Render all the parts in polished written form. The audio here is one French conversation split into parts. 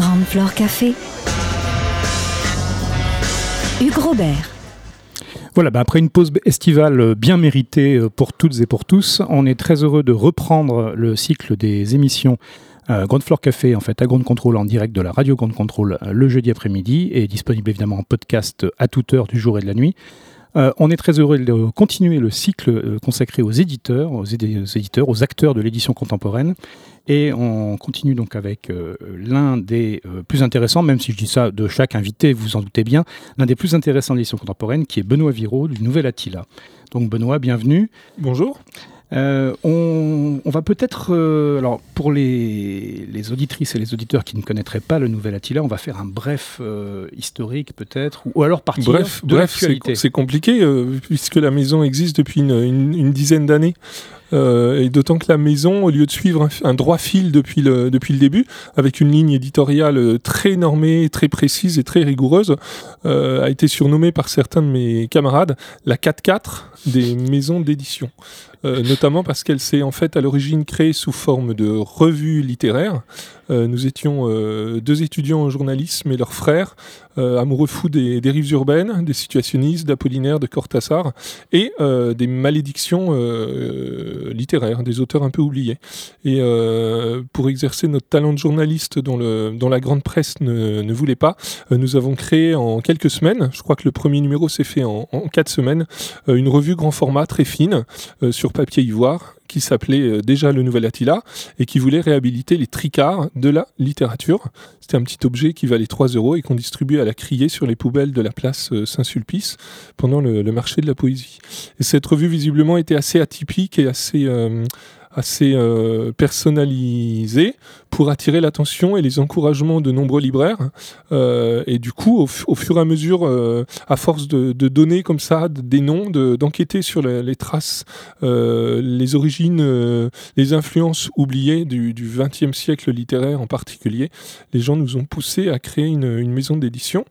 Grande Flore Café. Hugues Robert. Voilà, après une pause estivale bien méritée pour toutes et pour tous, on est très heureux de reprendre le cycle des émissions Grande Flore Café, en fait, à Ground Control en direct de la radio Ground Control le jeudi après-midi et disponible évidemment en podcast à toute heure du jour et de la nuit. On est très heureux de continuer le cycle consacré aux éditeurs, aux acteurs de l'édition contemporaine. Et on continue donc avec l'un des plus intéressants, même si je dis ça de chaque invité, vous en doutez bien, l'un des plus intéressants de l'édition contemporaine, qui est Benoît Viraud du Nouvel Attila. Donc Benoît, bienvenue. Bonjour. On va peut-être, alors pour les auditrices et les auditeurs qui ne connaîtraient pas le Nouvel Attila, on va faire un bref historique peut-être, ou alors partir de l'actualité. C'est compliqué puisque la maison existe depuis une dizaine d'années. Et d'autant que la maison, au lieu de suivre un droit fil depuis le début, avec une ligne éditoriale très normée, très précise et très rigoureuse, a été surnommée par certains de mes camarades la 4-4 des maisons d'édition. Notamment parce qu'elle s'est en fait à l'origine créée sous forme de revue littéraire. Nous étions deux étudiants en journalisme et leurs frères, amoureux fous des rives urbaines, des situationnistes, d'Apollinaire, de Cortázar, et des malédictions littéraires, des auteurs un peu oubliés. Et pour exercer notre talent de journaliste dont la grande presse ne voulait pas, nous avons créé en quelques semaines, je crois que le premier numéro s'est fait en 4 semaines, une revue grand format très fine, sur papier ivoire, qui s'appelait déjà Le Nouvel Attila et qui voulait réhabiliter les tricards de la littérature. C'était un petit objet qui valait 3 € et qu'on distribuait à la criée sur les poubelles de la place Saint-Sulpice pendant le marché de la poésie. Et cette revue visiblement était assez atypique et assez personnalisée pour attirer l'attention et les encouragements de nombreux libraires. Et du coup, au fur et à mesure, à force de donner comme ça des noms, d'enquêter sur les traces, les origines, les influences oubliées du XXe siècle littéraire en particulier, les gens nous ont poussés à créer une maison d'édition.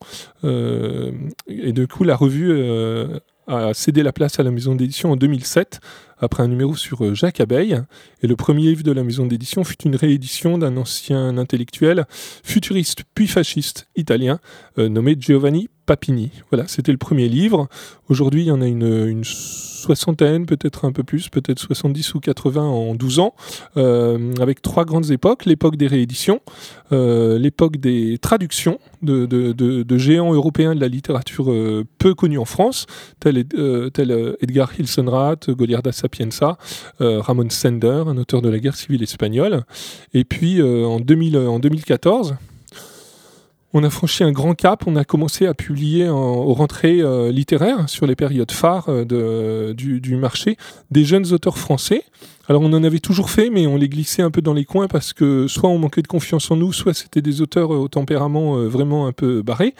Et du coup, la revue a cédé la place à la maison d'édition en 2007, après un numéro sur Jacques Abeille. Et le premier livre de la maison d'édition fut une réédition d'un ancien intellectuel futuriste puis fasciste italien nommé Giovanni Papini. Voilà, c'était le premier livre. Aujourd'hui, il y en a une soixantaine, peut-être un peu plus, peut-être 70 ou 80 en 12 ans, avec 3 grandes époques. L'époque des rééditions, l'époque des traductions de géants européens de la littérature peu connus en France, tel Edgar Hilsenrath, Goliarda Sapienza, Ramon Sender, un auteur de la guerre civile espagnole. Et puis en 2014, on a franchi un grand cap, on a commencé à publier aux rentrées littéraires sur les périodes phares du marché des jeunes auteurs français. Alors on en avait toujours fait, mais on les glissait un peu dans les coins parce que soit on manquait de confiance en nous, soit c'était des auteurs au tempérament vraiment un peu barré.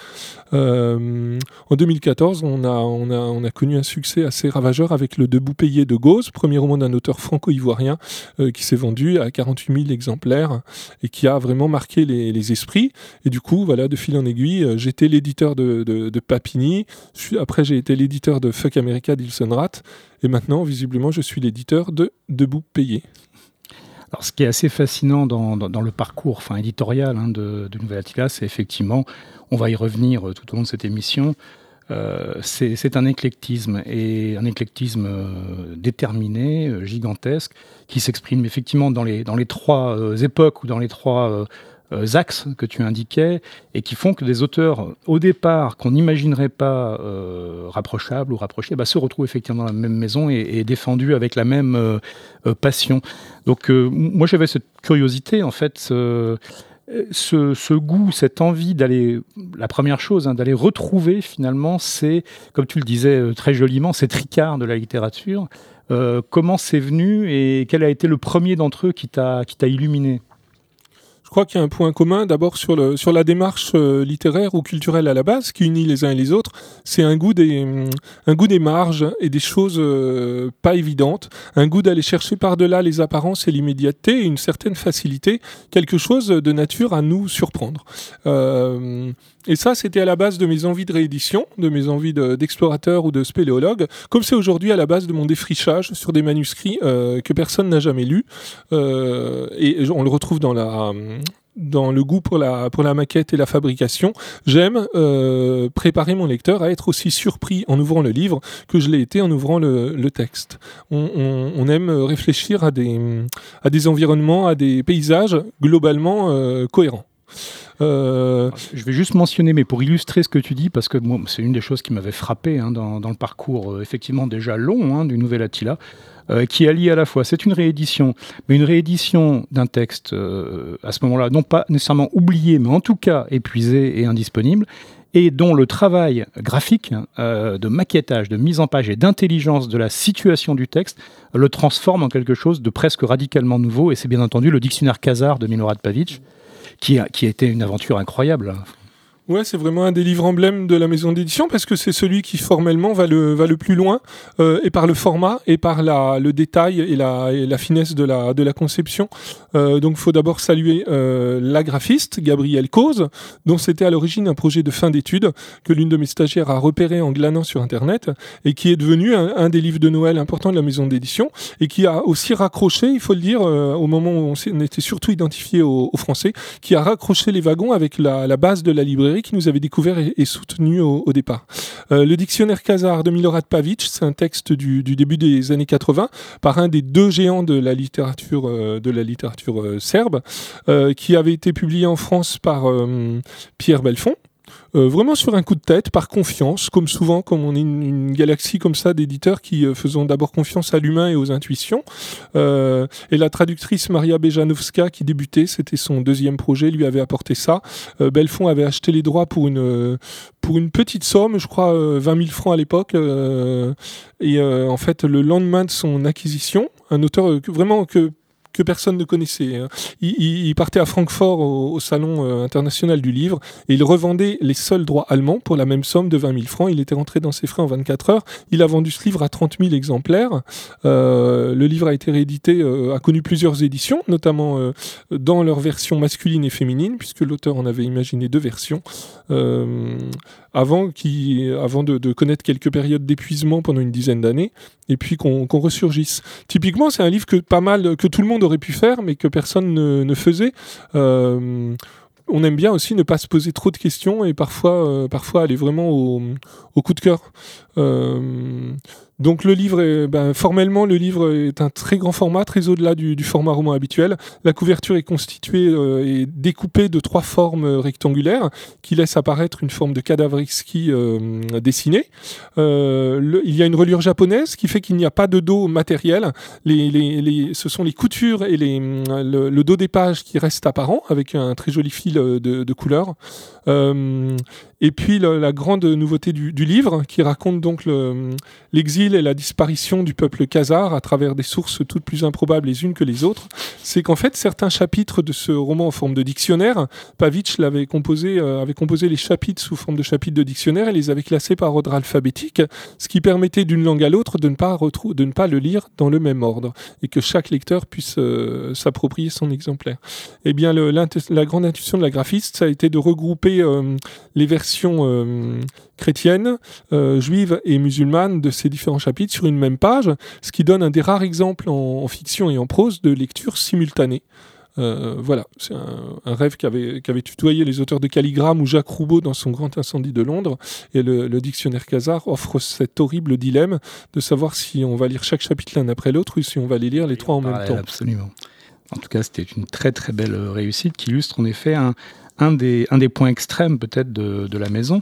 En 2014, on a connu un succès assez ravageur avec le Debout payé de Gauze, premier roman d'un auteur franco-ivoirien qui s'est vendu à 48 000 exemplaires et qui a vraiment marqué les esprits. Et du coup, voilà, de fil en aiguille, j'étais l'éditeur de Papini, après j'ai été l'éditeur de Fuck America d'Hilsenrath, et maintenant, visiblement, je suis l'éditeur de Debout payé. Alors, ce qui est assez fascinant dans le parcours éditorial de Nouvel Attila, c'est effectivement, on va y revenir tout au long de cette émission, c'est un éclectisme, et un éclectisme déterminé, gigantesque, qui s'exprime effectivement dans les 3 époques ou dans les 3 axes que tu indiquais, et qui font que des auteurs, au départ, qu'on n'imaginerait pas rapprochables ou rapprochés, se retrouvent effectivement dans la même maison et défendus avec la même passion. Donc moi j'avais cette curiosité, en fait, ce goût, cette envie d'aller, la première chose, d'aller retrouver finalement, c'est, comme tu le disais très joliment, ces tricards de la littérature. Comment c'est venu et quel a été le premier d'entre eux qui t'a illuminé ? Je crois qu'il y a un point commun d'abord sur la démarche littéraire ou culturelle à la base qui unit les uns et les autres, c'est un goût des marges et des choses pas évidentes, un goût d'aller chercher par-delà les apparences et l'immédiateté et une certaine facilité, quelque chose de nature à nous surprendre. Et ça, c'était à la base de mes envies de réédition, de mes envies d'explorateur ou de spéléologue, comme c'est aujourd'hui à la base de mon défrichage sur des manuscrits que personne n'a jamais lus. Et on le retrouve dans dans le goût pour la maquette et la fabrication, j'aime préparer mon lecteur à être aussi surpris en ouvrant le livre que je l'ai été en ouvrant le texte. On aime réfléchir à des environnements, à des paysages globalement cohérents. Je vais juste mentionner, mais pour illustrer ce que tu dis, parce que moi, c'est une des choses qui m'avait frappé dans le parcours effectivement déjà long du Nouvel Attila, qui allie à la fois, c'est une réédition, mais une réédition d'un texte à ce moment-là, non pas nécessairement oublié, mais en tout cas épuisé et indisponible, et dont le travail graphique, de maquettage, de mise en page et d'intelligence de la situation du texte le transforme en quelque chose de presque radicalement nouveau, et c'est bien entendu le dictionnaire Khazar de Milorad Pavic, qui a été une aventure incroyable. Ouais, c'est vraiment un des livres emblèmes de la maison d'édition parce que c'est celui qui formellement va le plus loin et par le format et par le détail et la finesse de la conception. Donc, il faut d'abord saluer la graphiste Gabrielle Cause, dont c'était à l'origine un projet de fin d'études que l'une de mes stagiaires a repéré en glanant sur Internet et qui est devenu un des livres de Noël importants de la maison d'édition et qui a aussi raccroché, il faut le dire, au moment où on était surtout identifié aux Français, qui a raccroché les wagons avec la base de la librairie qui nous avait découvert et soutenu au départ. Le dictionnaire Khazar de Milorad Pavic, c'est un texte du début des années 80 par un des deux géants de la littérature serbe, qui avait été publié en France par Pierre Belfond. Vraiment sur un coup de tête, par confiance, comme souvent, comme on est une galaxie comme ça d'éditeurs qui faisons d'abord confiance à l'humain et aux intuitions. Et la traductrice Maria Bejanovska, qui débutait, c'était son deuxième projet, lui avait apporté ça. Belfond avait acheté les droits pour une petite somme, je crois 20 000 francs à l'époque. Et en fait, le lendemain de son acquisition, un auteur vraiment que personne ne connaissait. Il partait à Francfort au salon international du livre et il revendait les seuls droits allemands pour la même somme de 20 000 francs. Il était rentré dans ses frais en 24 heures. Il a vendu ce livre à 30 000 exemplaires. Le livre a été réédité, a connu plusieurs éditions, notamment dans leur version masculine et féminine, puisque l'auteur en avait imaginé deux versions. Avant de connaître quelques périodes d'épuisement pendant une dizaine d'années, et puis qu'on ressurgisse. Typiquement, c'est un livre que tout le monde aurait pu faire, mais que personne ne faisait. On aime bien aussi ne pas se poser trop de questions et parfois aller vraiment au coup de cœur. Donc formellement, le livre est un très grand format, très au-delà du format roman habituel. La couverture est constituée et découpée de 3 formes rectangulaires qui laissent apparaître une forme de Kadavrevski dessinée. Il y a une reliure japonaise qui fait qu'il n'y a pas de dos matériel. Ce sont les coutures et le dos des pages qui restent apparents avec un très joli fil de couleurs. Et puis la grande nouveauté du livre qui raconte donc l'exil et la disparition du peuple khazar à travers des sources toutes plus improbables les unes que les autres, c'est qu'en fait certains chapitres de ce roman en forme de dictionnaire, Pavic avait composé les chapitres sous forme de chapitres de dictionnaire et les avait classés par ordre alphabétique, ce qui permettait d'une langue à l'autre de ne pas le lire dans le même ordre et que chaque lecteur puisse s'approprier son exemplaire. Eh bien la grande intuition de la graphiste, ça a été de regrouper les versions chrétiennes, juives et musulmanes de ces différents chapitres sur une même page, ce qui donne un des rares exemples en fiction et en prose de lecture simultanée. Voilà, c'est un rêve qu'avait tutoyé les auteurs de Calligramme ou Jacques Roubaud dans son Grand Incendie de Londres, et le dictionnaire Khazar offre cet horrible dilemme de savoir si on va lire chaque chapitre l'un après l'autre ou si on va les lire les 3 en même temps. Absolument. En tout cas, c'était une très très belle réussite qui illustre en effet un des points extrêmes peut-être de la maison.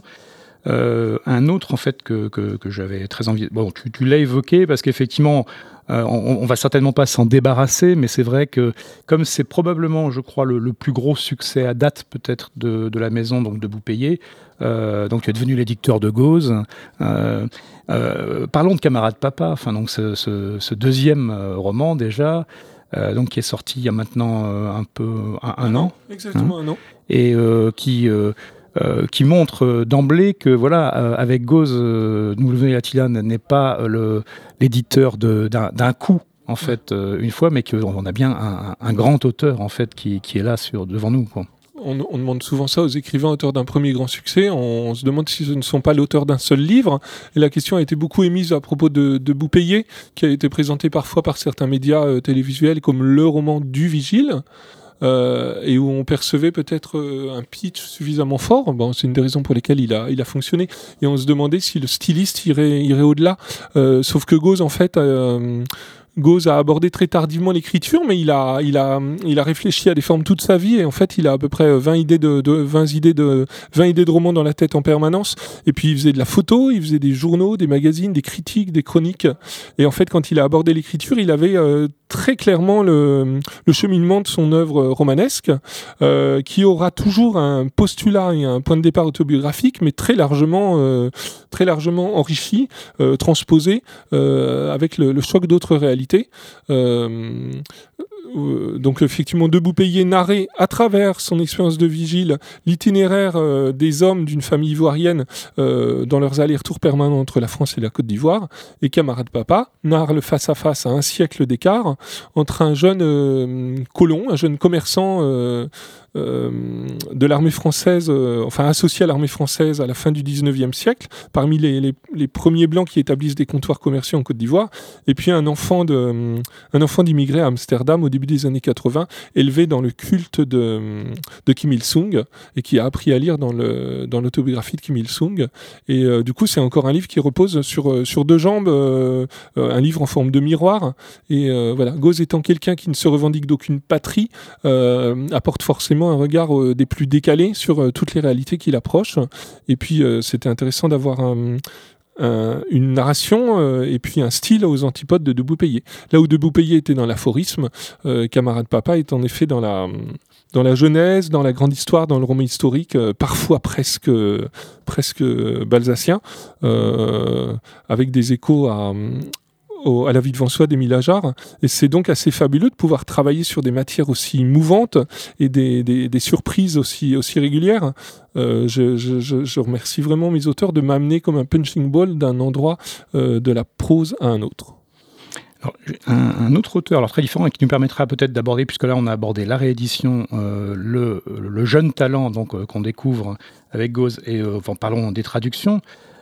Un autre en fait que j'avais très envie... Bon, tu l'as évoqué parce qu'effectivement, on va certainement pas s'en débarrasser, mais c'est vrai que comme c'est probablement, je crois, le plus gros succès à date peut-être de la maison, donc de Boupéillé, donc tu es devenu l'éditeur de Gauze. Parlons de Camarade Papa, enfin donc ce deuxième roman déjà. Donc qui est sorti il y a maintenant un an. Exactement un an. Et qui montre d'emblée que voilà, avec Gauze, Nouvel Attila n'est pas l'éditeur d'un coup en fait une fois, mais qu'on a bien un grand auteur en fait qui est là devant nous, quoi. On demande souvent ça aux écrivains auteurs d'un premier grand succès. On se demande si ce ne sont pas l'auteur d'un seul livre. Et la question a été beaucoup émise à propos de Boupéillé, qui a été présenté parfois par certains médias télévisuels comme le roman du Vigile. et où on percevait peut-être un pitch suffisamment fort. Bon, c'est une des raisons pour lesquelles il a fonctionné. Et on se demandait si le styliste irait au-delà. Sauf que Gauze, en fait... Gauze a abordé très tardivement l'écriture, mais il a réfléchi à des formes toute sa vie, et en fait, il a à peu près 20 idées de romans dans la tête en permanence. Et puis, il faisait de la photo, il faisait des journaux, des magazines, des critiques, des chroniques. Et en fait, quand il a abordé l'écriture, il avait très clairement le cheminement de son œuvre romanesque, qui aura toujours un postulat et un point de départ autobiographique, mais très largement enrichi, transposé, avec le choc d'autres réalités. Donc effectivement, Debout payé narrait à travers son expérience de vigile l'itinéraire des hommes d'une famille ivoirienne dans leurs allers-retours permanents entre la France et la Côte d'Ivoire. Et Camarade Papa narre le face-à-face à un siècle d'écart entre un jeune colon, un jeune commerçant de l'armée française, associé à l'armée française à la fin du 19e siècle, parmi les premiers blancs qui établissent des comptoirs commerciaux en Côte d'Ivoire, et puis un enfant d'immigré à Amsterdam au début des années 80, élevé dans le culte de Kim Il-sung, et qui a appris à lire dans l'autobiographie de Kim Il-sung. Et du coup, c'est encore un livre qui repose sur deux jambes, un livre en forme de miroir. Et voilà, Gauze étant quelqu'un qui ne se revendique d'aucune patrie, apporte forcément un regard des plus décalés sur toutes les réalités qu'il approche. Et puis, c'était intéressant d'avoir une narration et puis un style aux antipodes de Debout payé. Là où Debout payé était dans l'aphorisme, Camarade Papa est en effet dans la genèse, dans la grande histoire, dans le roman historique, parfois presque balsacien, avec des échos à la vie devant soi d'Émile Ajar. Et c'est donc assez fabuleux de pouvoir travailler sur des matières aussi mouvantes et des surprises aussi régulières. Je remercie vraiment mes auteurs de m'amener comme un punching ball d'un endroit de la prose à un autre. Alors, un autre auteur, alors très différent, et qui nous permettra peut-être d'aborder, puisque là on a abordé la réédition, le jeune talent donc qu'on découvre avec Gauze, et parlons des traductions.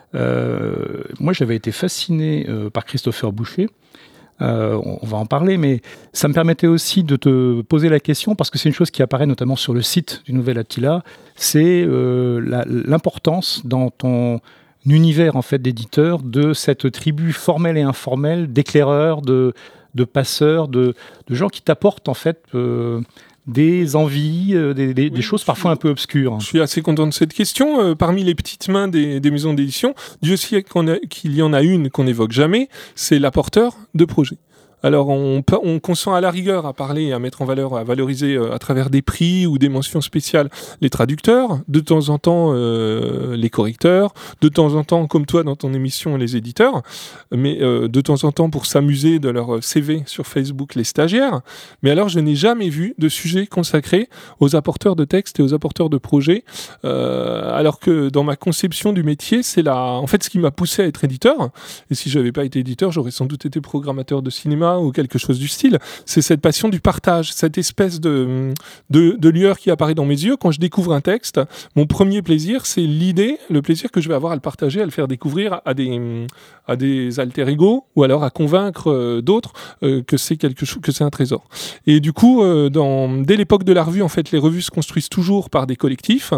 Moi, j'avais été fasciné par Christopher Boucher. On va en parler, mais ça me permettait aussi de te poser la question, parce que c'est une chose qui apparaît notamment sur le site du Nouvel Attila, c'est l'importance dans ton univers en fait d'éditeur de cette tribu formelle et informelle d'éclaireurs, de passeurs, de gens qui t'apportent en fait des envies, des choses parfois un peu obscures. Je suis assez content de cette question. Parmi les petites mains des maisons d'édition, Dieu sait qu'il y en a une qu'on n'évoque jamais, c'est l'apporteur de projet. Alors on consent à la rigueur à parler et à mettre en valeur, à valoriser à travers des prix ou des mentions spéciales les traducteurs, de temps en temps les correcteurs, de temps en temps, comme toi dans ton émission, les éditeurs, mais de temps en temps pour s'amuser de leur CV sur Facebook, les stagiaires. Mais alors je n'ai jamais vu de sujet consacré aux apporteurs de textes et aux apporteurs de projets, alors que dans ma conception du métier, c'est en fait ce qui m'a poussé à être éditeur. Et si je n'avais pas été éditeur, j'aurais sans doute été programmateur de cinéma ou quelque chose du style. C'est cette passion du partage, cette espèce de lueur qui apparaît dans mes yeux quand je découvre un texte. Mon premier plaisir, c'est le plaisir que je vais avoir à le partager, à le faire découvrir à des alter ego, ou alors à convaincre d'autres que c'est quelque chose, que c'est un trésor. Et du coup, dès l'époque de la revue, en fait, les revues se construisent toujours par des collectifs.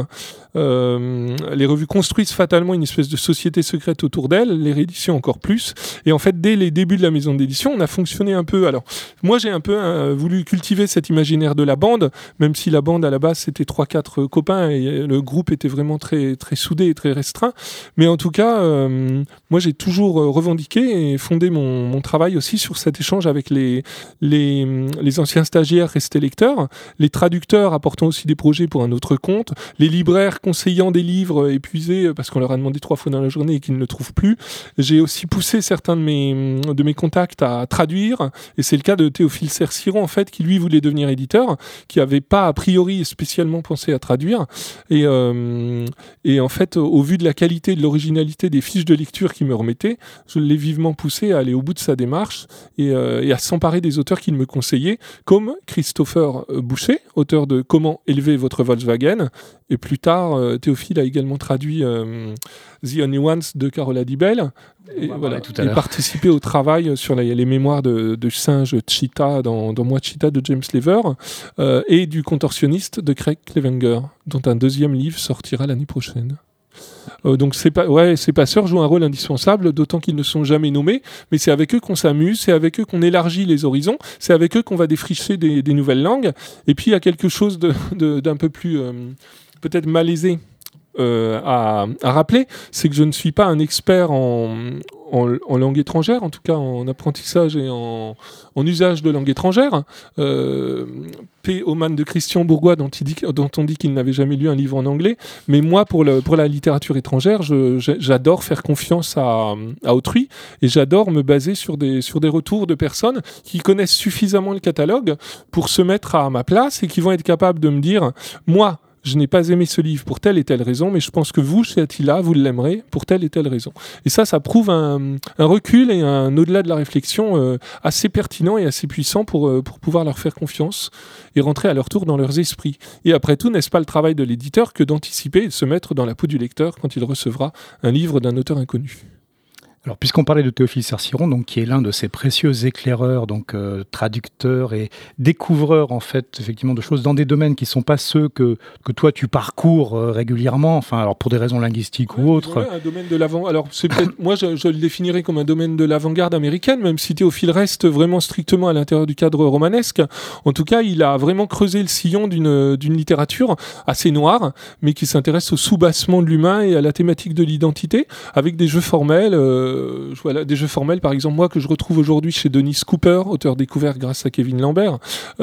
Les revues construisent fatalement une espèce de société secrète autour d'elles, les rééditions encore plus. Et en fait, dès les débuts de la maison d'édition, on a fonctionné un peu. Alors, moi, j'ai un peu voulu cultiver cet imaginaire de la bande, même si la bande, à la base, c'était 3-4 copains et le groupe était vraiment très, très soudé et très restreint. Mais en tout cas, moi, j'ai toujours revendiqué et fondé mon travail aussi sur cet échange avec les anciens stagiaires restés lecteurs, les traducteurs apportant aussi des projets pour un autre compte, les libraires conseillant des livres épuisés parce qu'on leur a demandé 3 fois dans la journée et qu'ils ne le trouvent plus. J'ai aussi poussé certains de mes contacts à traduire, et c'est le cas de Théophile Cerciron, en fait, qui lui voulait devenir éditeur, qui n'avait pas a priori spécialement pensé à traduire, et en fait, au vu de la qualité et de l'originalité des fiches de lecture qu'il me remettait, je l'ai vivement poussé à aller au bout de sa démarche et à s'emparer des auteurs qu'il me conseillait, comme Christopher Boucher, auteur de Comment élever votre Volkswagen, et plus tard, Théophile a également traduit The Only Ones de Carola Di Bell. Et participer au travail sur les mémoires de singe Cheetah dans Moi Cheetah de James Lever et du contorsionniste de Craig Clevenger, dont un deuxième livre sortira l'année prochaine. Donc ces passeurs jouent un rôle indispensable, d'autant qu'ils ne sont jamais nommés, mais c'est avec eux qu'on s'amuse, c'est avec eux qu'on élargit les horizons, c'est avec eux qu'on va défricher des nouvelles langues. Et puis il y a quelque chose d'un peu plus peut-être malaisé à rappeler, c'est que je ne suis pas un expert en langue étrangère, en tout cas en apprentissage et en usage de langue étrangère. P. Oman de Christian Bourgois, dont on dit qu'il n'avait jamais lu un livre en anglais. Mais moi, pour la littérature étrangère, j'adore faire confiance à autrui et j'adore me baser sur des retours de personnes qui connaissent suffisamment le catalogue pour se mettre à ma place et qui vont être capables de me dire, moi, je n'ai pas aimé ce livre pour telle et telle raison, mais je pense que vous, chez Attila, vous l'aimerez pour telle et telle raison. Et ça prouve un recul et un au-delà de la réflexion assez pertinent et assez puissant pour pouvoir leur faire confiance et rentrer à leur tour dans leurs esprits. Et après tout, n'est-ce pas le travail de l'éditeur que d'anticiper et de se mettre dans la peau du lecteur quand il recevra un livre d'un auteur inconnu ? Alors, puisqu'on parlait de Théophile Cerciron, donc qui est l'un de ces précieux éclaireurs, donc traducteurs et découvreurs en fait effectivement de choses dans des domaines qui sont pas ceux que toi tu parcours régulièrement, enfin alors pour des raisons linguistiques ou autres. Ouais, un domaine de l'avant. Alors c'est peut-être moi je le définirais comme un domaine de l'avant-garde américaine, même si Théophile reste vraiment strictement à l'intérieur du cadre romanesque. En tout cas, il a vraiment creusé le sillon d'une littérature assez noire, mais qui s'intéresse au soubassement de l'humain et à la thématique de l'identité, avec des jeux formels. Voilà, des jeux formels, par exemple, moi, que je retrouve aujourd'hui chez Denis Cooper, auteur découvert grâce à Kevin Lambert,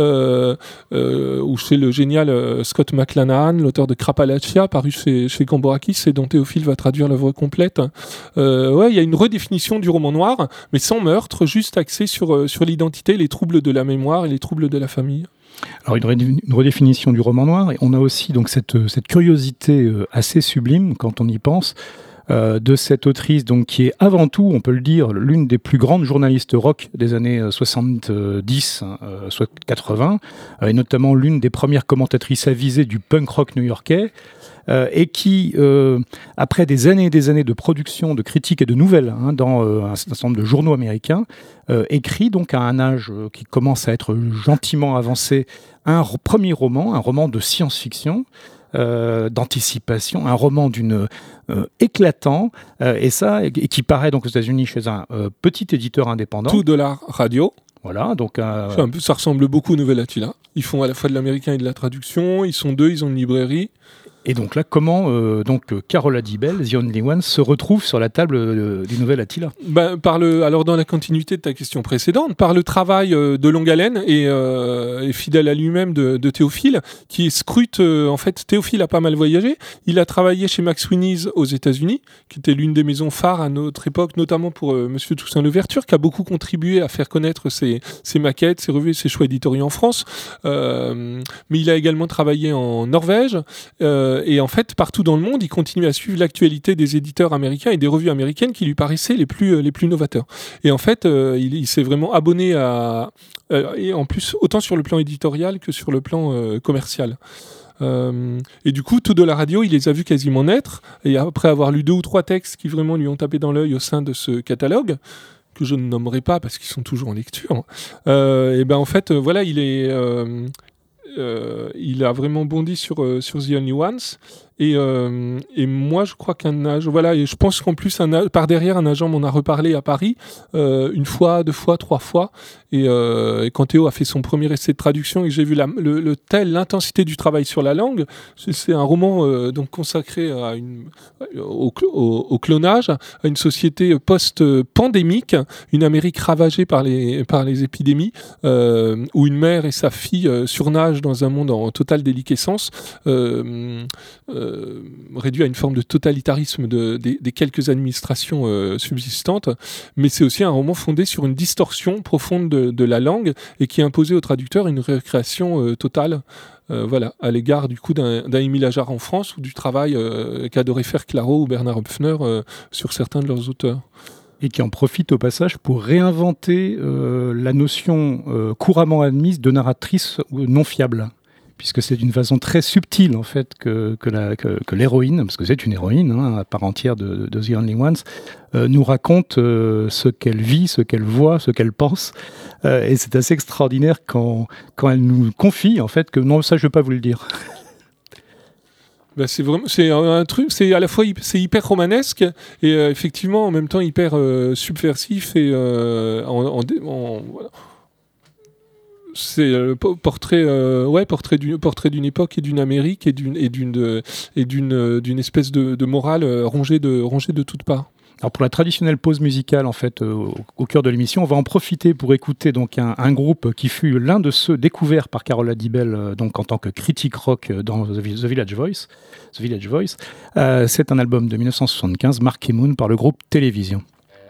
ou chez le génial Scott McClanahan, l'auteur de Krapalachia, paru chez Cambourakis, et dont Théophile va traduire l'œuvre complète. Il y a une redéfinition du roman noir, mais sans meurtre, juste axé sur l'identité, les troubles de la mémoire et les troubles de la famille. Alors une redéfinition du roman noir, et on a aussi donc cette curiosité assez sublime quand on y pense, de cette autrice donc, qui est avant tout, on peut le dire, l'une des plus grandes journalistes rock des années 70, soit 80, et notamment l'une des premières commentatrices avisées du punk rock new-yorkais, et qui, après des années et des années de production, de critiques et de nouvelles dans un certain nombre de journaux américains, écrit donc à un âge qui commence à être gentiment avancé un premier roman, un roman de science-fiction, d'anticipation, un roman d'une éclatant, et qui paraît donc aux États-Unis chez un petit éditeur indépendant. Tout dollar radio. Voilà, donc ça ressemble beaucoup au Nouvel Attila. Ils font à la fois de l'américain et de la traduction. Ils sont deux, ils ont une librairie. Et donc là, comment Carola Dibel, The Only One, se retrouve sur la table du Nouvel Attila ? Alors dans la continuité de ta question précédente, par le travail de longue haleine et fidèle à lui-même de Théophile, qui scrute, en fait, Théophile a pas mal voyagé. Il a travaillé chez Max Winneys aux États-Unis, qui était l'une des maisons phares à notre époque, notamment pour Monsieur Toussaint Louverture, qui a beaucoup contribué à faire connaître ses maquettes, ses revues et ses choix éditoriaux en France. Mais il a également travaillé en Norvège. Et en fait, partout dans le monde, il continue à suivre l'actualité des éditeurs américains et des revues américaines qui lui paraissaient les plus novateurs. Et en fait, il s'est vraiment abonné et en plus, autant sur le plan éditorial que sur le plan commercial. Et du coup, tout de la radio, il les a vus quasiment naître. Et après avoir lu 2 ou 3 textes qui vraiment lui ont tapé dans l'œil au sein de ce catalogue, que je ne nommerai pas parce qu'ils sont toujours en lecture, et ben en fait, voilà, il a vraiment bondi sur The Only Ones, et moi je crois qu'un agent, voilà, et je pense qu'en plus par derrière un agent m'en a reparlé à Paris 1 fois, 2 fois, 3 fois, et quand Théo a fait son premier essai de traduction et que j'ai vu l'intensité du travail sur la langue, c'est un roman donc consacré au clonage, à une société post-pandémique, une Amérique ravagée par les épidémies, où une mère et sa fille surnagent dans un monde en totale déliquescence, réduit à une forme de totalitarisme des quelques administrations subsistantes, mais c'est aussi un roman fondé sur une distorsion profonde de la langue et qui imposait au traducteur une récréation totale, à l'égard du coup d'un Émile Ajar en France ou du travail qu'adoraient faire Claro ou Bernard Höpfner sur certains de leurs auteurs. Et qui en profite au passage pour réinventer la notion couramment admise de narratrice non fiable, puisque c'est d'une façon très subtile en fait que l'héroïne, parce que c'est une héroïne à part entière de The Only Ones, nous raconte ce qu'elle vit, ce qu'elle voit, ce qu'elle pense, et c'est assez extraordinaire quand elle nous confie en fait que non, ça je ne vais pas vous le dire. Ben c'est un truc, c'est à la fois c'est hyper romanesque et effectivement en même temps hyper subversif et voilà. C'est le portrait d'une époque et d'une Amérique et d'une espèce de morale rongée de toutes parts. Alors pour la traditionnelle pause musicale en fait au cœur de l'émission, on va en profiter pour écouter donc un groupe qui fut l'un de ceux découverts par Carola Dibel donc en tant que critique rock dans The Village Voice. C'est un album de 1975 marqué Moon par le groupe Télévision.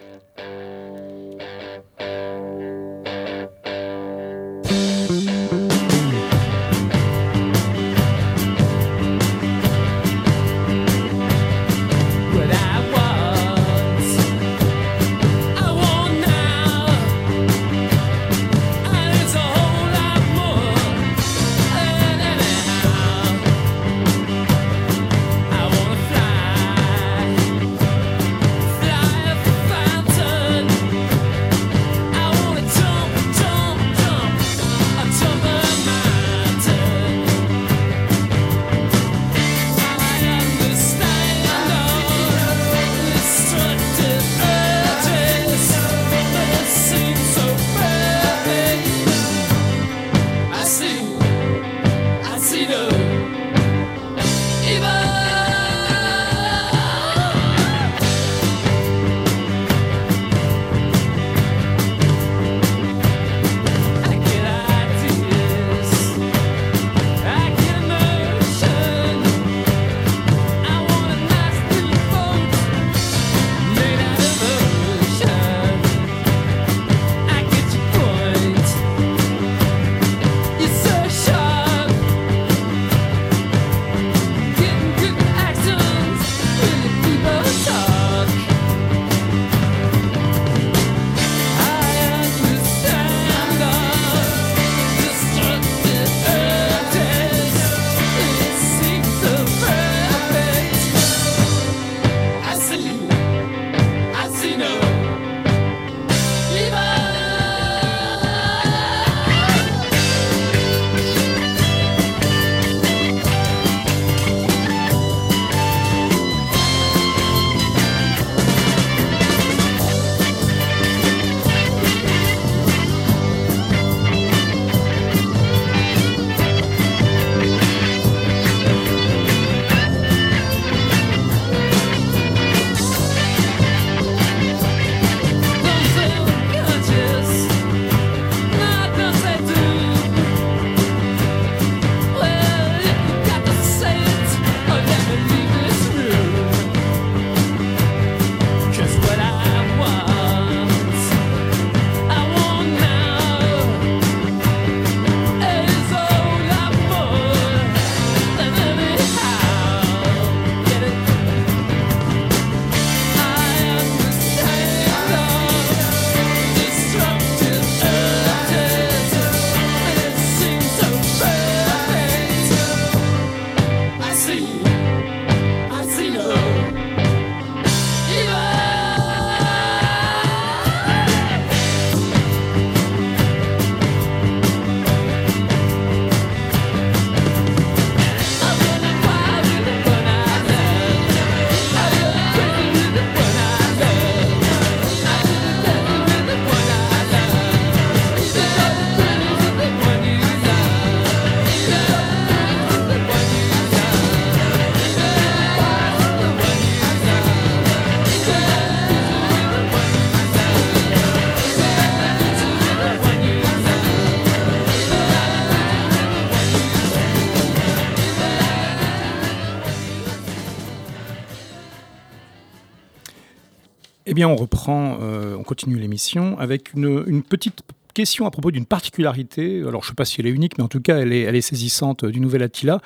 Eh bien, on reprend, on continue l'émission avec une petite question à propos d'une particularité. Alors, je ne sais pas si elle est unique, mais en tout cas, elle est saisissante du Nouvel Attila,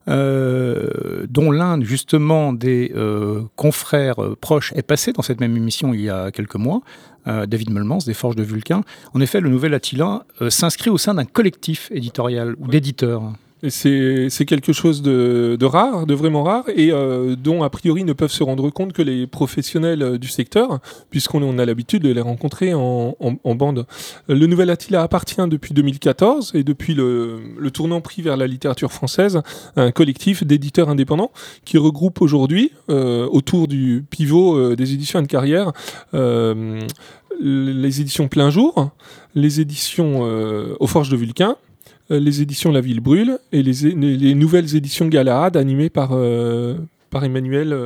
dont l'un, justement, des confrères proches est passé dans cette même émission il y a quelques mois, David Meulmans, des Forges de Vulcain. En effet, le Nouvel Attila s'inscrit au sein d'un collectif éditorial ou d'éditeurs. c'est quelque chose de rare, de vraiment rare, et dont a priori ne peuvent se rendre compte que les professionnels du secteur, puisqu'on a l'habitude de les rencontrer en bande. Le Nouvel Attila appartient depuis 2014, et depuis le tournant pris vers la littérature française, un collectif d'éditeurs indépendants qui regroupe aujourd'hui, autour du pivot des éditions Anne-Carrière, les éditions Plein Jour, les éditions Aux Forges de Vulcain, les éditions La Ville Brûle et les nouvelles éditions Galahad animées par Emmanuel.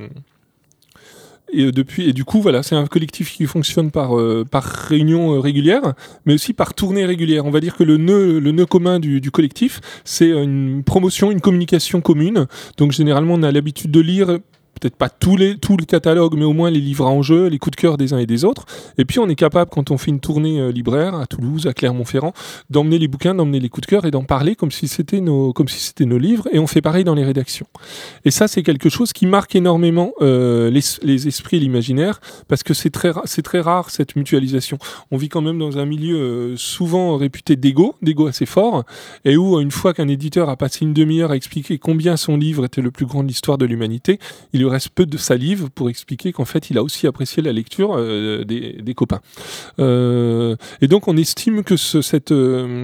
Et du coup, voilà, c'est un collectif qui fonctionne par réunion régulière, mais aussi par tournée régulière. On va dire que le nœud commun du collectif, c'est une promotion, une communication commune. Donc généralement, on a l'habitude de lire peut-être pas tout le catalogue, mais au moins les livres en jeu, les coups de cœur des uns et des autres. Et puis on est capable, quand on fait une tournée libraire à Toulouse, à Clermont-Ferrand, d'emmener les bouquins, d'emmener les coups de cœur et d'en parler comme si c'était nos livres. Et on fait pareil dans les rédactions. Et ça, c'est quelque chose qui marque énormément les esprits et l'imaginaire, parce que c'est très rare cette mutualisation. On vit quand même dans un milieu souvent réputé d'égo assez fort, et où une fois qu'un éditeur a passé une demi-heure à expliquer combien son livre était le plus grand de l'histoire de l'humanité, il lui reste peu de salive pour expliquer qu'en fait il a aussi apprécié la lecture des copains. Et donc on estime que cette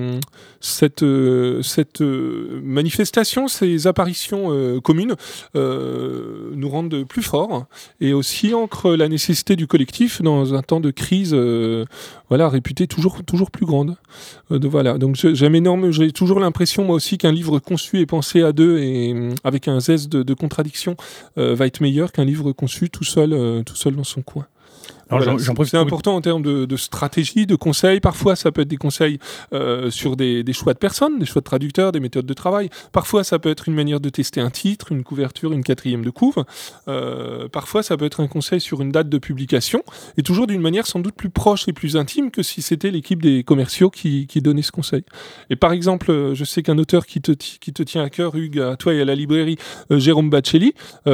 manifestation, ces apparitions communes nous rendent plus forts, et aussi ancrent la nécessité du collectif dans un temps de crise réputée toujours plus grande. Donc j'ai toujours l'impression moi aussi qu'un livre conçu et pensé à deux et avec un zeste de contradiction va être meilleur qu'un livre conçu tout seul dans son coin. Alors c'est important en termes de stratégie, de conseils. Parfois, ça peut être des conseils sur des choix de personnes, des choix de traducteurs, des méthodes de travail. Parfois, ça peut être une manière de tester un titre, une couverture, une quatrième de couve. Parfois, ça peut être un conseil sur une date de publication, et toujours d'une manière sans doute plus proche et plus intime que si c'était l'équipe des commerciaux qui donnait ce conseil. Et par exemple, je sais qu'un auteur qui te tient à cœur, Hugues, à toi et à la librairie, Jérôme Baccelli,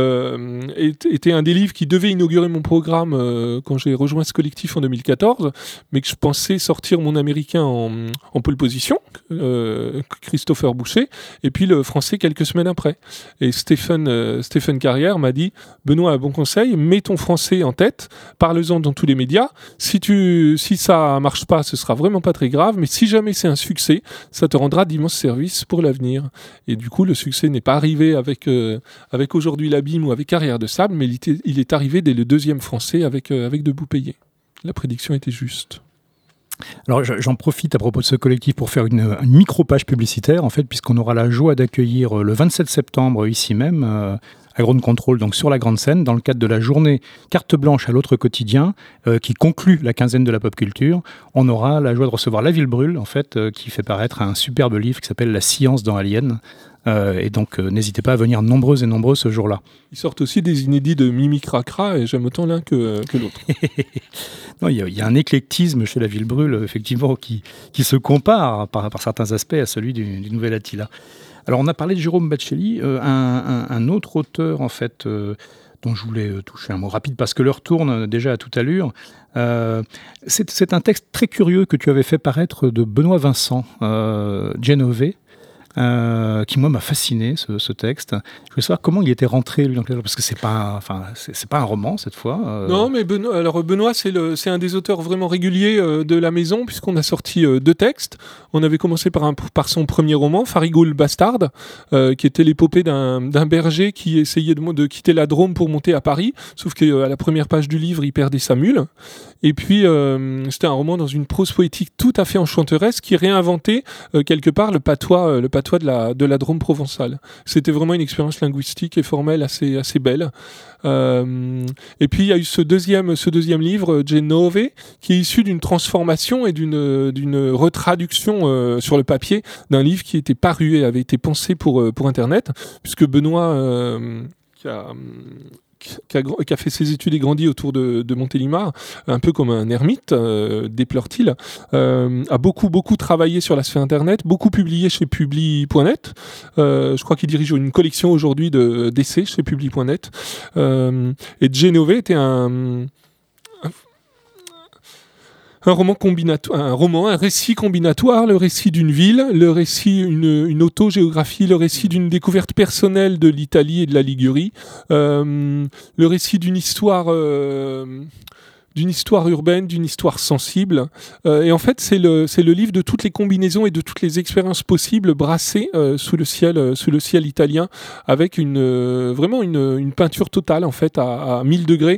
était un des livres qui devait inaugurer mon programme quand j'ai rejoint ce collectif en 2014, mais que je pensais sortir mon américain en pole position, Christopher Boucher, et puis le français quelques semaines après. Et Stéphane Carrière m'a dit: Benoît, un bon conseil, mets ton français en tête, parle-en dans tous les médias. Si ça marche pas, ce sera vraiment pas très grave, mais si jamais c'est un succès, ça te rendra d'immenses services pour l'avenir. Et du coup, le succès n'est pas arrivé avec aujourd'hui l'Abîme ou avec Carrière de Sable, mais il est arrivé dès le deuxième français avec Debout payé. La prédiction était juste. Alors j'en profite à propos de ce collectif pour faire une micro-page publicitaire, en fait, puisqu'on aura la joie d'accueillir le 27 septembre ici même, à Ground Control, donc sur la grande scène, dans le cadre de la journée Carte Blanche à l'autre quotidien, qui conclut la quinzaine de la pop culture. On aura la joie de recevoir La Ville Brûle, en fait, qui fait paraître un superbe livre qui s'appelle La science dans Alien. Et donc n'hésitez pas à venir nombreux et nombreux ce jour-là. Ils sortent aussi des inédits de Mimi Cracra, et j'aime autant l'un que l'autre. Non, il y a un éclectisme chez La Ville Brûle, effectivement, qui se compare par certains aspects à celui du Nouvel Attila. Alors on a parlé de Jérôme Baccelli, un autre auteur en fait dont je voulais toucher un mot rapide parce que l'heure tourne déjà à toute allure. C'est un texte très curieux que tu avais fait paraître de Benoît Vincent, Genové. Qui moi m'a fasciné ce texte. Je voulais savoir comment il était rentré lui dans le, parce que c'est pas un roman cette fois. Non, mais Benoît c'est un des auteurs vraiment réguliers de la maison, puisqu'on a sorti 2 textes. On avait commencé par son premier roman, Farigoule Bastard, qui était l'épopée d'un berger qui essayait de quitter la Drôme pour monter à Paris, sauf qu'à la première page du livre il perdait sa mule. Et puis c'était un roman dans une prose poétique tout à fait enchanteresse qui réinventait quelque part le patois de la Drôme provençale. C'était vraiment une expérience linguistique et formelle assez belle. Et puis il y a eu ce deuxième livre, Genove, qui est issu d'une transformation et d'une retraduction sur le papier d'un livre qui était paru et avait été pensé pour Internet, puisque Benoît qui a fait ses études et grandi autour de Montélimar, un peu comme un ermite, déplore-t-il, a beaucoup travaillé sur la sphère Internet, beaucoup publié chez Publi.net. Je crois qu'il dirige une collection aujourd'hui d'essais chez Publi.net. Et Genové était un un récit combinatoire, le récit d'une ville, le récit une autogéographie, le récit d'une découverte personnelle de l'Italie et de la Ligurie, le récit d'une histoire urbaine, d'une histoire sensible. Et en fait, c'est le livre de toutes les combinaisons et de toutes les expériences possibles brassées sous le ciel italien, avec vraiment une peinture totale en fait à 1000 degrés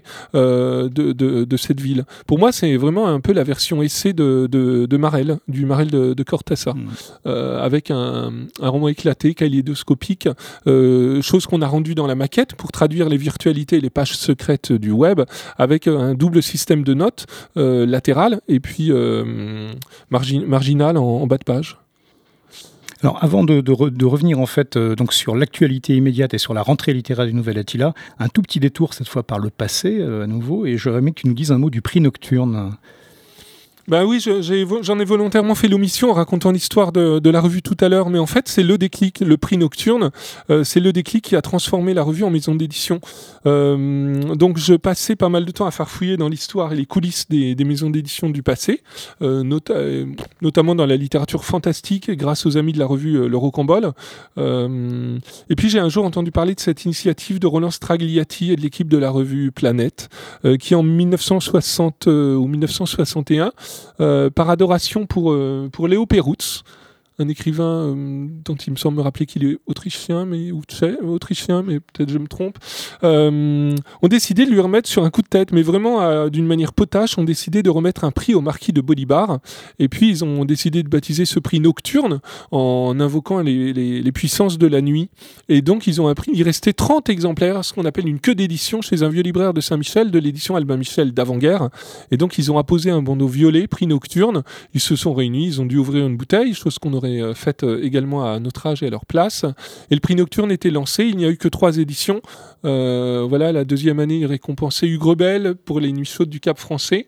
de cette ville. Pour moi, c'est vraiment un peu la version essai de Marel, du Marel de Cortázar, avec un roman éclaté, kaléidoscopique, chose qu'on a rendue dans la maquette pour traduire les virtualités et les pages secrètes du web, avec un double système de notes latérales et puis marginales en bas de page. Alors, avant de revenir en fait donc sur l'actualité immédiate et sur la rentrée littéraire du Nouvel Attila, un tout petit détour cette fois par le passé à nouveau, et j'aurais aimé que tu nous dises un mot du prix Nocturne. Ben oui, j'en ai volontairement fait l'omission en racontant l'histoire de la revue tout à l'heure, mais en fait c'est le déclic, le prix Nocturne, c'est le déclic qui a transformé la revue en maison d'édition. Donc je passais pas mal de temps à farfouiller dans l'histoire et les coulisses des maisons d'édition du passé, notamment dans la littérature fantastique grâce aux amis de la revue Le Rocambole. Et puis j'ai un jour entendu parler de cette initiative de Roland Stragliati et de l'équipe de la revue Planète, qui en 1960 ou 1961 par adoration pour Léo Perutz, un écrivain dont il me semble me rappeler qu'il est autrichien, mais peut-être je me trompe, ont décidé de lui remettre sur un coup de tête, mais vraiment d'une manière potache, ont décidé de remettre un prix au marquis de Bolibar, et puis ils ont décidé de baptiser ce prix Nocturne en invoquant les puissances de la nuit, et donc ils ont un prix, il restait 30 exemplaires, ce qu'on appelle une queue d'édition chez un vieux libraire de Saint-Michel, de l'édition Albin Michel d'avant-guerre, et donc ils ont apposé un bandeau violet, prix Nocturne, ils se sont réunis, ils ont dû ouvrir une bouteille, chose qu'on aurait faite également à notre âge et à leur place. Et le prix Nocturne était lancé, il n'y a eu que 3 éditions. Voilà, la deuxième année, il récompensait Hugues Rebel pour les Nuits chaudes du Cap français.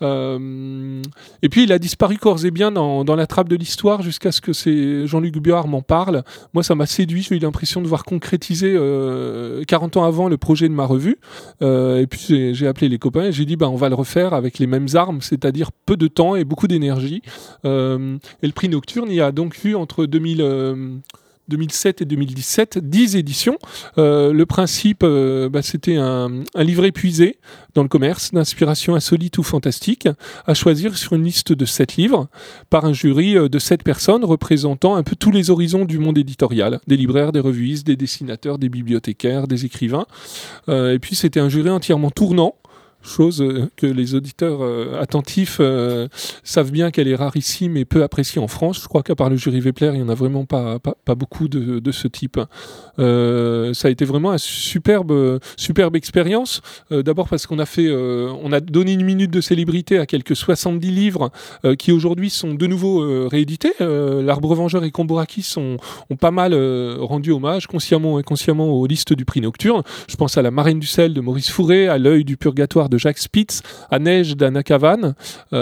Et puis il a disparu corps et bien dans la trappe de l'histoire jusqu'à ce que Jean-Luc Biard m'en parle. Moi, ça m'a séduit, j'ai eu l'impression de voir concrétiser 40 ans avant le projet de ma revue. Et puis j'ai appelé les copains et j'ai dit on va le refaire avec les mêmes armes, c'est-à-dire peu de temps et beaucoup d'énergie. Et le prix Nocturne, il y a donc eu entre 2007 et 2017, 10 éditions. Le principe, c'était un livre épuisé dans le commerce, d'inspiration insolite ou fantastique, à choisir sur une liste de 7 livres, par un jury de 7 personnes représentant un peu tous les horizons du monde éditorial, des libraires, des revuistes, des dessinateurs, des bibliothécaires, des écrivains. Et puis c'était un jury entièrement tournant, chose que les auditeurs attentifs savent bien qu'elle est rarissime et peu appréciée en France. Je crois qu'à part le jury Vepler, il n'y en a vraiment pas beaucoup de ce type. Ça a été vraiment une superbe expérience. D'abord parce qu'on a donné une minute de célébrité à quelques 70 livres qui aujourd'hui sont de nouveau réédités. L'Arbre Vengeur et Komburakis ont pas mal rendu hommage, consciemment ou inconsciemment, aux listes du prix Nocturne. Je pense à La Marraine du sel de Maurice Fourré, à L'œil du purgatoire de Jacques Spitz, à Neige d'Anna Kavan.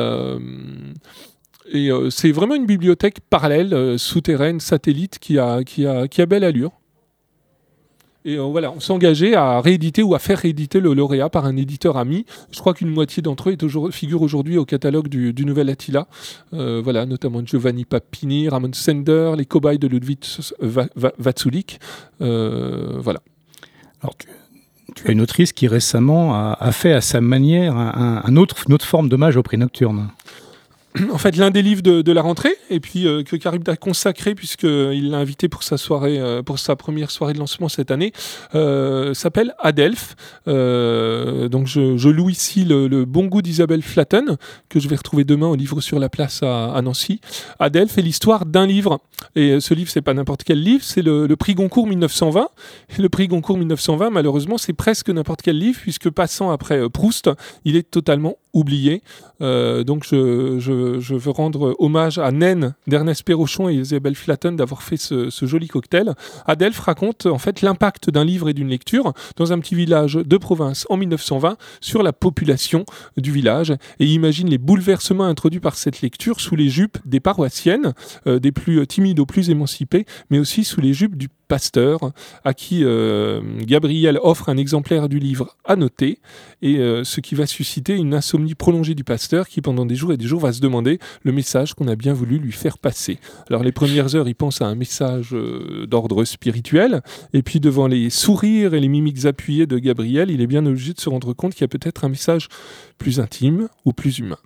Et c'est vraiment une bibliothèque parallèle, souterraine, satellite, qui a belle allure. Et voilà, on s'est engagé à rééditer ou à faire rééditer le lauréat par un éditeur ami. Je crois qu'une moitié d'entre eux figure aujourd'hui au catalogue du Nouvel Attila. Voilà, notamment Giovanni Papini, Ramon Sender, les cobayes de Ludwig Vaculík. Voilà. Alors, tu as une autrice qui récemment a fait à sa manière une autre forme d'hommage au prix Nocturne. En fait, l'un des livres de la rentrée, et puis que Charybde a consacré puisqu'il l'a invité pour sa première soirée de lancement cette année, s'appelle Adelphes. Donc je loue ici le bon goût d'Isabelle Flatten, que je vais retrouver demain au Livre sur la Place à Nancy. Adelphes est l'histoire d'un livre. Et ce livre, c'est pas n'importe quel livre, c'est le prix Goncourt 1920. Et le prix Goncourt 1920, malheureusement, c'est presque n'importe quel livre, puisque passant après Proust, il est totalement oublié. Donc je veux rendre hommage à Naine d'Ernest Perrochon et Isabelle Flatten d'avoir fait ce joli cocktail. Adelphes raconte en fait l'impact d'un livre et d'une lecture dans un petit village de province en 1920 sur la population du village, et imagine les bouleversements introduits par cette lecture sous les jupes des paroissiennes, des plus timides aux plus émancipées, mais aussi sous les jupes du Pasteur, à qui Gabriel offre un exemplaire du livre annoté, et ce qui va susciter une insomnie prolongée du pasteur qui, pendant des jours et des jours, va se demander le message qu'on a bien voulu lui faire passer. Alors, les premières heures, il pense à un message d'ordre spirituel, et puis devant les sourires et les mimiques appuyées de Gabriel, il est bien obligé de se rendre compte qu'il y a peut-être un message plus intime ou plus humain.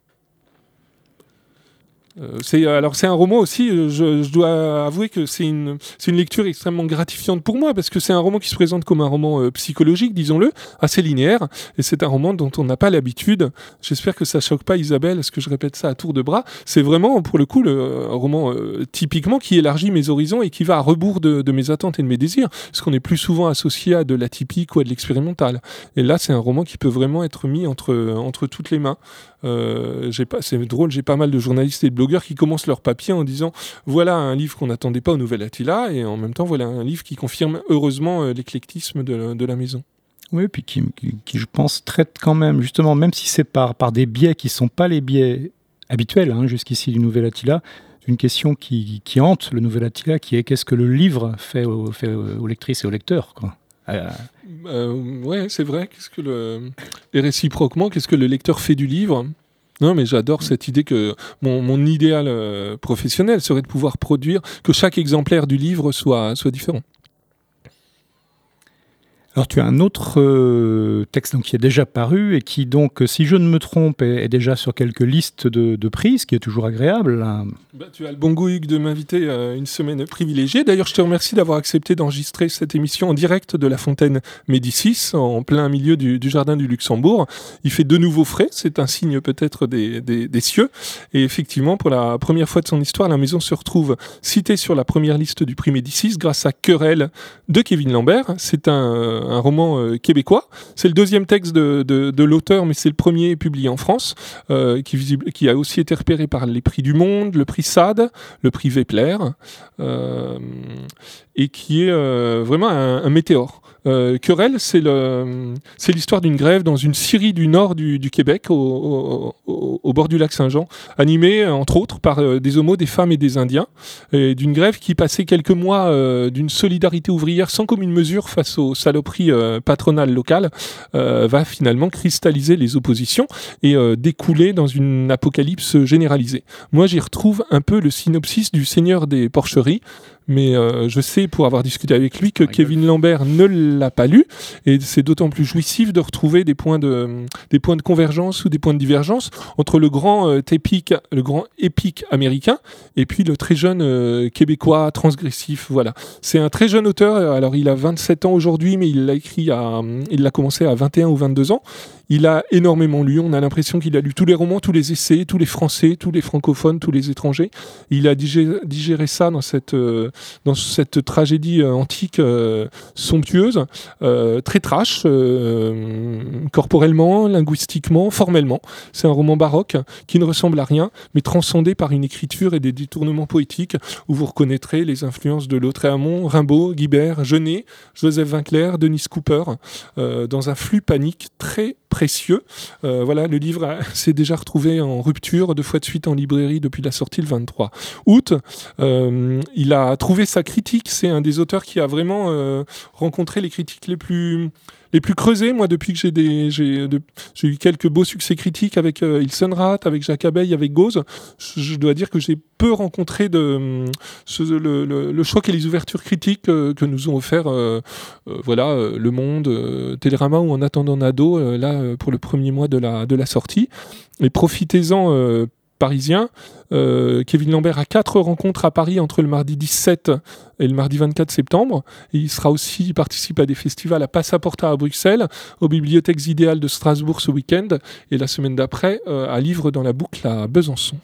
C'est un roman aussi, je dois avouer que c'est une lecture extrêmement gratifiante pour moi, parce que c'est un roman qui se présente comme un roman psychologique, disons-le, assez linéaire, et c'est un roman dont on n'a pas l'habitude. J'espère que ça choque pas Isabelle, est-ce que je répète ça à tour de bras. C'est vraiment, pour le coup, un roman typiquement qui élargit mes horizons et qui va à rebours de mes attentes et de mes désirs, parce qu'on est plus souvent associé à de l'atypique ou à de l'expérimental. Et là, c'est un roman qui peut vraiment être mis entre toutes les mains. C'est drôle, j'ai pas mal de journalistes et de blogueurs qui commencent leur papier en disant voilà un livre qu'on n'attendait pas au Nouvel Attila, et en même temps voilà un livre qui confirme heureusement l'éclectisme de la maison. Oui, puis qui je pense traite quand même, justement, même si c'est par des biais qui ne sont pas les biais habituels jusqu'ici du Nouvel Attila, une question qui hante le Nouvel Attila, qui est qu'est-ce que le livre fait aux lectrices et aux lecteurs, quoi. Ouais, c'est vrai. Et réciproquement, qu'est-ce que le lecteur fait du livre ? Non, mais j'adore cette idée que mon idéal professionnel serait de pouvoir produire, que chaque exemplaire du livre soit différent. Alors tu as un autre texte qui est déjà paru et qui donc, si je ne me trompe, est déjà sur quelques listes de prix, ce qui est toujours agréable. Tu as le bon goût, Hugues, de m'inviter une semaine privilégiée. D'ailleurs, je te remercie d'avoir accepté d'enregistrer cette émission en direct de la fontaine Médicis, en plein milieu du jardin du Luxembourg. Il fait de nouveau frais, c'est un signe peut-être des cieux. Et effectivement, pour la première fois de son histoire, la maison se retrouve citée sur la première liste du prix Médicis grâce à Querelle de Kevin Lambert. C'est un roman québécois. C'est le deuxième texte de l'auteur, mais c'est le premier publié en France, qui a aussi été repéré par les prix du Monde, le prix SAD, le prix Vepler, et qui est vraiment un météore. Querelle, c'est l'histoire d'une grève dans une scierie du nord du Québec, au bord du lac Saint-Jean, animée entre autres par des homos, des femmes et des Indiens, et d'une grève qui passait quelques mois d'une solidarité ouvrière sans commune mesure face aux saloperies patronales locales, va finalement cristalliser les oppositions et découler dans une apocalypse généralisée. Moi, j'y retrouve un peu le synopsis du Seigneur des Porcheries, mais je sais, pour avoir discuté avec lui, que Kevin Lambert ne l'a pas lu, et c'est d'autant plus jouissif de retrouver des points de convergence ou des points de divergence entre le grand épique américain et puis le très jeune québécois transgressif. Voilà. C'est un très jeune auteur, alors il a 27 ans aujourd'hui, mais il l'a commencé à 21 ou 22 ans. Il a énormément lu, on a l'impression qu'il a lu tous les romans, tous les essais, tous les français, tous les francophones, tous les étrangers. Il a digéré ça dans cette tragédie antique somptueuse, très trash, corporellement, linguistiquement, formellement. C'est un roman baroque qui ne ressemble à rien, mais transcendé par une écriture et des détournements poétiques où vous reconnaîtrez les influences de Lautréamont, Rimbaud, Guibert, Genet, Joseph Vinclair, Denis Cooper, dans un flux panique très précieux. Voilà, le livre s'est déjà retrouvé en rupture 2 fois de suite en librairie depuis la sortie le 23 août. Il a trouvé sa critique. C'est un des auteurs qui a vraiment rencontré les critiques les plus creusées. Moi, depuis que j'ai eu quelques beaux succès critiques avec Ilsenrath, avec Jacques Abeille, avec Gauze, je dois dire que j'ai peu rencontré le choc et les ouvertures critiques que nous ont offert Le Monde, Télérama ou En attendant Nado, pour le premier mois de la sortie. Et profitez-en, Parisien. Kevin Lambert a 4 rencontres à Paris entre le mardi 17 et le mardi 24 septembre. Et il participe à des festivals à Passaporta à Bruxelles, aux bibliothèques idéales de Strasbourg ce week-end, et la semaine d'après à Livre dans la boucle à Besançon.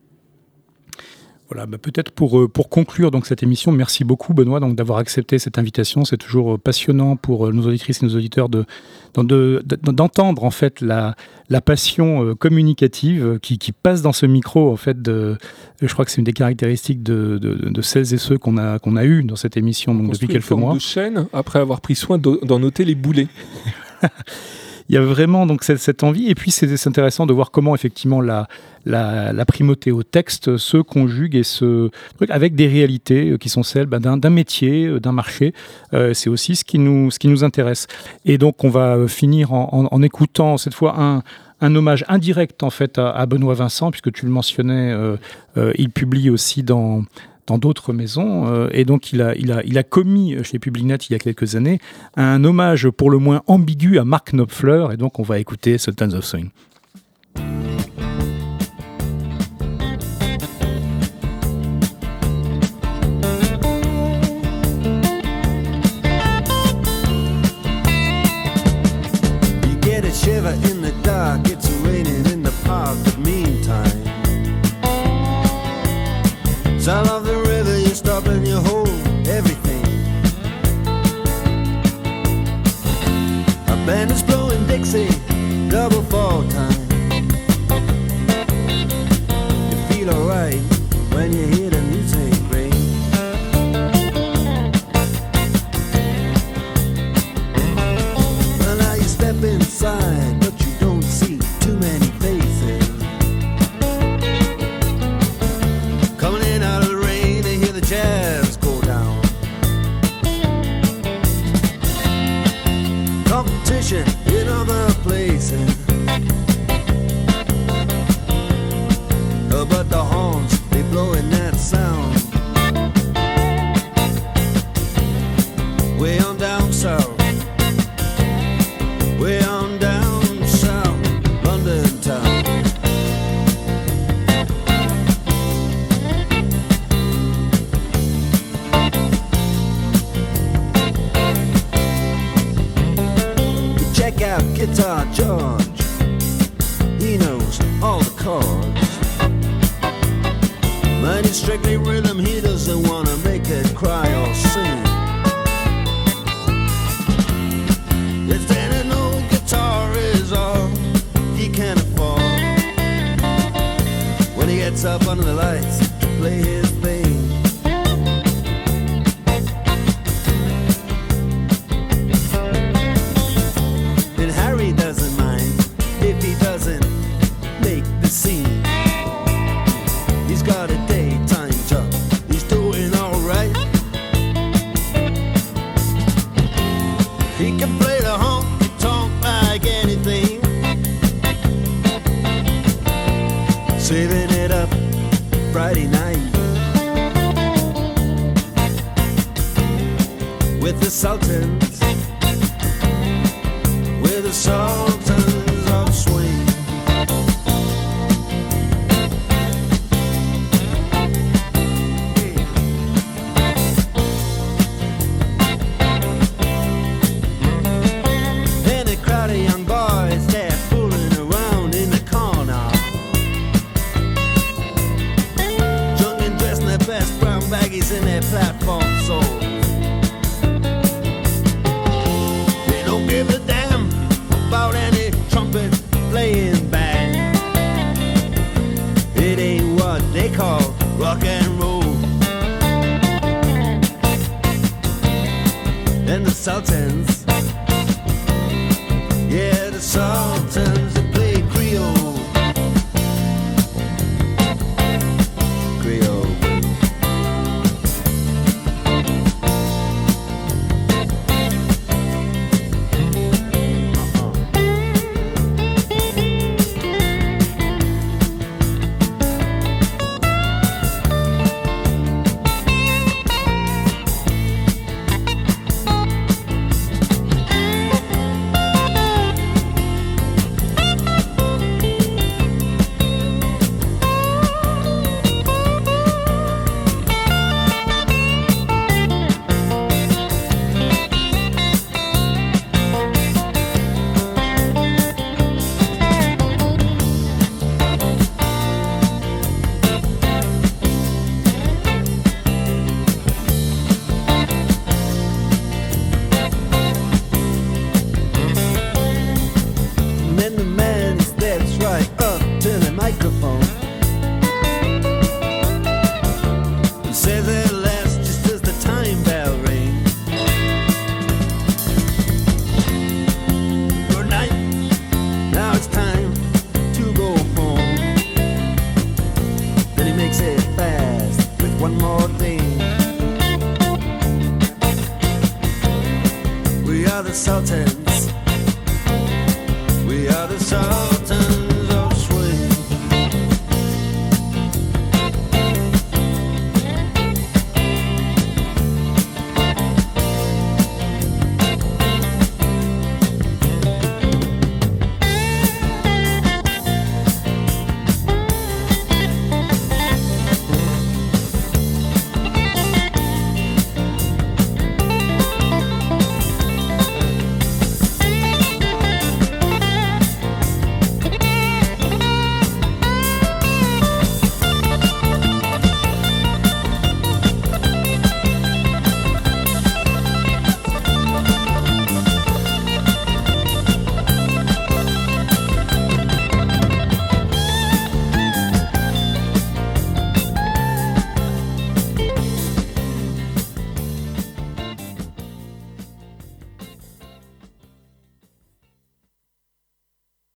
Voilà, peut-être pour conclure donc cette émission, merci beaucoup Benoît d'avoir accepté cette invitation. C'est toujours passionnant pour nos auditrices et nos auditeurs d'entendre en fait la passion communicative qui passe dans ce micro en fait. Je crois que c'est une des caractéristiques de celles et ceux qu'on a eu dans cette émission donc depuis quelques mois. De chaîne après avoir pris soin d'en noter les boulets. il y a vraiment donc cette envie. Et puis c'est intéressant de voir comment effectivement la primauté au texte se conjugue et avec des réalités qui sont celles d'un métier, d'un marché. C'est aussi ce qui nous intéresse. Et donc on va finir en écoutant cette fois un hommage indirect en fait à Benoît Vincent, puisque tu le mentionnais, il publie aussi dans d'autres maisons, et donc il a commis chez Publinet il y a quelques années un hommage pour le moins ambigu à Mark Knopfler, et donc on va écouter Sultans of Swing. Shiver in the dark, it's raining in the park, but meantime sound of the river, you stop and you hold everything. A band is blowing Dixie, double fall time. You feel alright when you hear the music ring. Well, now you step inside, but you don't see too many faces. Coming in out of the rain, they hear the jazz go down. Competition in other places, but the horns, they blowing that sound. Way on down south, way on down south, London town. Check out Guitar George, he knows all the chords. Mine is strictly rhythm, he doesn't wanna make it cry or sing. If then an old guitar is all he can afford, when he gets up under the lights to play his thing. And Harry doesn't mind if he doesn't make the scene. He's got a daytime job, he's doing alright. He can play the honky-tonk like anything, saving it up Friday night with the Sultans, with the Sultans of Swing. And a crowd of young boys, they're fooling around in the corner, drunk and dressed in their best brown baggies in their platform soles. They don't give a damn about any trumpet playing band. It ain't what they call rock and roll. And the Sultans, yeah, the Sultans, they play Creole. Creole. are the Sultans. We are the Sultans.